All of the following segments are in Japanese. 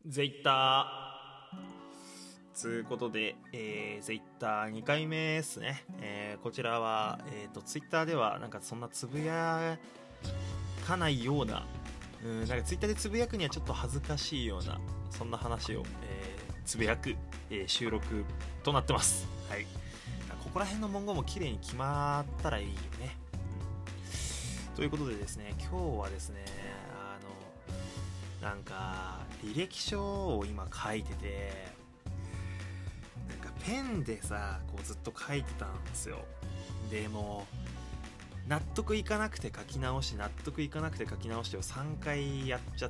ゼイターつうことで、ゼイター2回目ですね。こちらは、ツイッターではなんかそんなつぶやかないような、なんかツイッターでつぶやくにはちょっと恥ずかしいようなそんな話を、つぶやく、収録となってます。はい。ここら辺の文言も綺麗に決まったらいいよね。ということでですね、今日はですね、なんか履歴書を今書いてて、なんかペンでさこうずっと書いてたんですよ。でも納得いかなくて書き直し納得いかなくて書き直してを3回やっちゃって、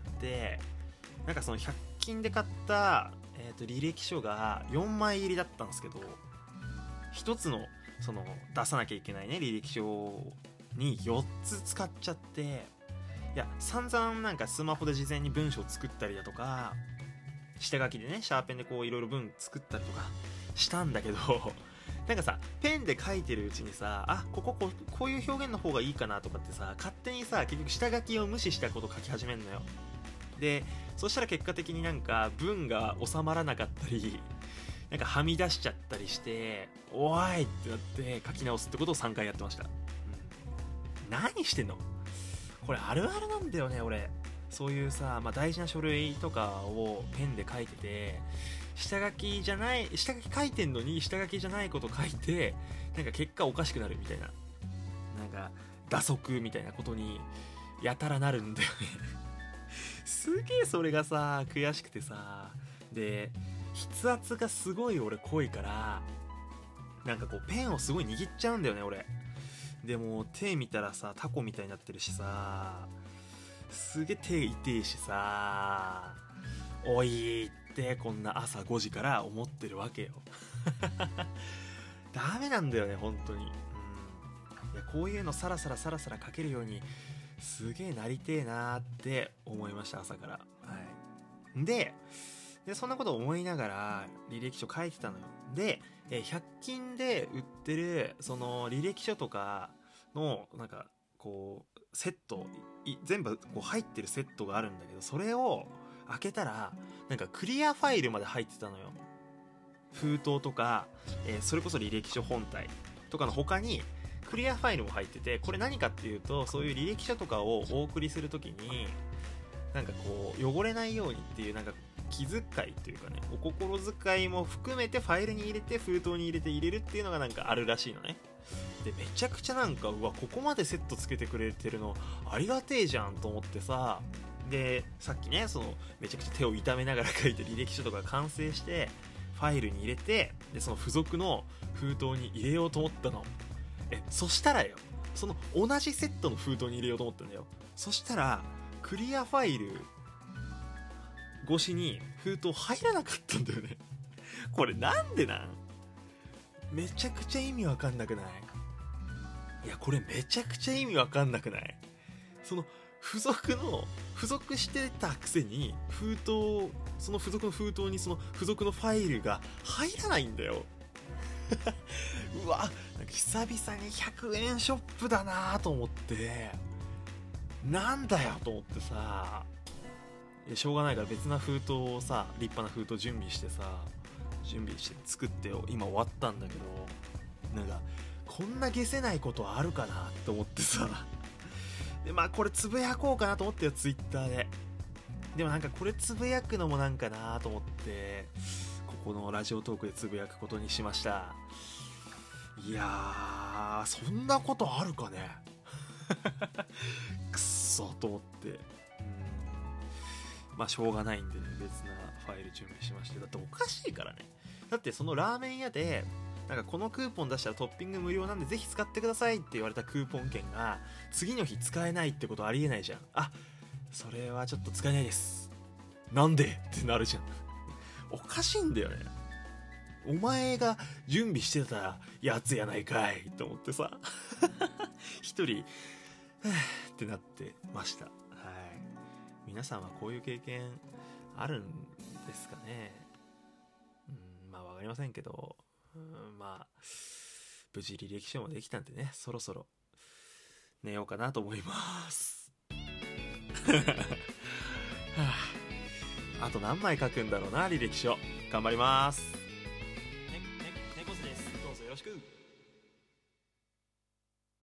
なんかその100均で買った、履歴書が4枚入りだったんですけど、1つのその出さなきゃいけないね履歴書に4つ使っちゃって、いや散々なんかスマホで事前に文章を作ったりだとか、下書きでねシャーペンでこういろいろ文作ったりとかしたんだけどなんかさペンで書いてるうちにさ、こういう表現の方がいいかなとかってさ、勝手にさ結局下書きを無視したこと書き始めるのよ。でそしたら結果的になんか文が収まらなかったり、なんかはみ出しちゃったりして、おいってなって書き直すってことを3回やってました。何してんのこれ。あるあるなんだよね俺。そういうさ、大事な書類とかをペンで書いてて、下書き書いてんのに下書きじゃないこと書いて、なんか結果おかしくなるみたいな、なんか打足みたいなことにやたらなるんだよねすげえそれがさ悔しくてさ、で筆圧がすごい俺濃いから、なんかこうペンをすごい握っちゃうんだよね俺。でも手見たらさタコみたいになってるしさ、すげえ手痛いしさ、おいってこんな朝5時から思ってるわけよダメなんだよね本当に。いやこういうのサラサラ書けるようにすげえなりてえなーって思いました朝から。はい。でそんなことを思いながら履歴書書いてたのよ。で100均で売ってるその履歴書とかのなんかこうセット全部こう入ってるセットがあるんだけど、それを開けたらなんかクリアファイルまで入ってたのよ。封筒とか、それこそ履歴書本体とかの他にクリアファイルも入ってて、これ何かっていうと、そういう履歴書とかをお送りするときになんかこう汚れないようにっていうなんか気遣いというかね、お心遣いも含めてファイルに入れて封筒に入れて入れるっていうのがなんかあるらしいのね。でめちゃくちゃなんかここまでセットつけてくれてるのありがてえじゃんと思ってさ、でさっきねそのめちゃくちゃ手を痛めながら書いて履歴書とか完成してファイルに入れて、でその付属の封筒に入れようと思ったの。そしたらよ、その同じセットの封筒に入れようと思ったんだよ。そしたらクリアファイル越しに封筒入らなかったんだよねこれなんでなん？めちゃくちゃ意味わかんなくない？いやこれめちゃくちゃ意味わかんなくない？その付属してたくせにその付属の封筒にその付属のファイルが入らないんだようわ、なんか久々に100円ショップだなと思って、なんだよと思ってさ、しょうがないから別な封筒をさ、立派な封筒準備して作って今終わったんだけど、なんかこんな消せないことあるかなって思ってさでこれつぶやこうかなと思ってよツイッターで。でもなんかこれつぶやくのもなんかなと思って、このラジオトークでつぶやくことにしました。いやーそんなことあるかねくっそと思って、しょうがないんでね、別なファイル準備しまして。だっておかしいからね。だってそのラーメン屋でなんかこのクーポン出したらトッピング無料なんでぜひ使ってくださいって言われたクーポン券が次の日使えないってことありえないじゃん。それはちょっと使えないです。なんでってなるじゃんおかしいんだよね。お前が準備してたやつやないかいと思ってさ一人ってなってました。はい。皆さんはこういう経験あるんですかね。わかりませんけど、無事履歴書もできたんでね、そろそろ寝ようかなと思いますはあと何枚書くんだろうな、履歴書。頑張ります。 猫背です。 どうぞよろしく。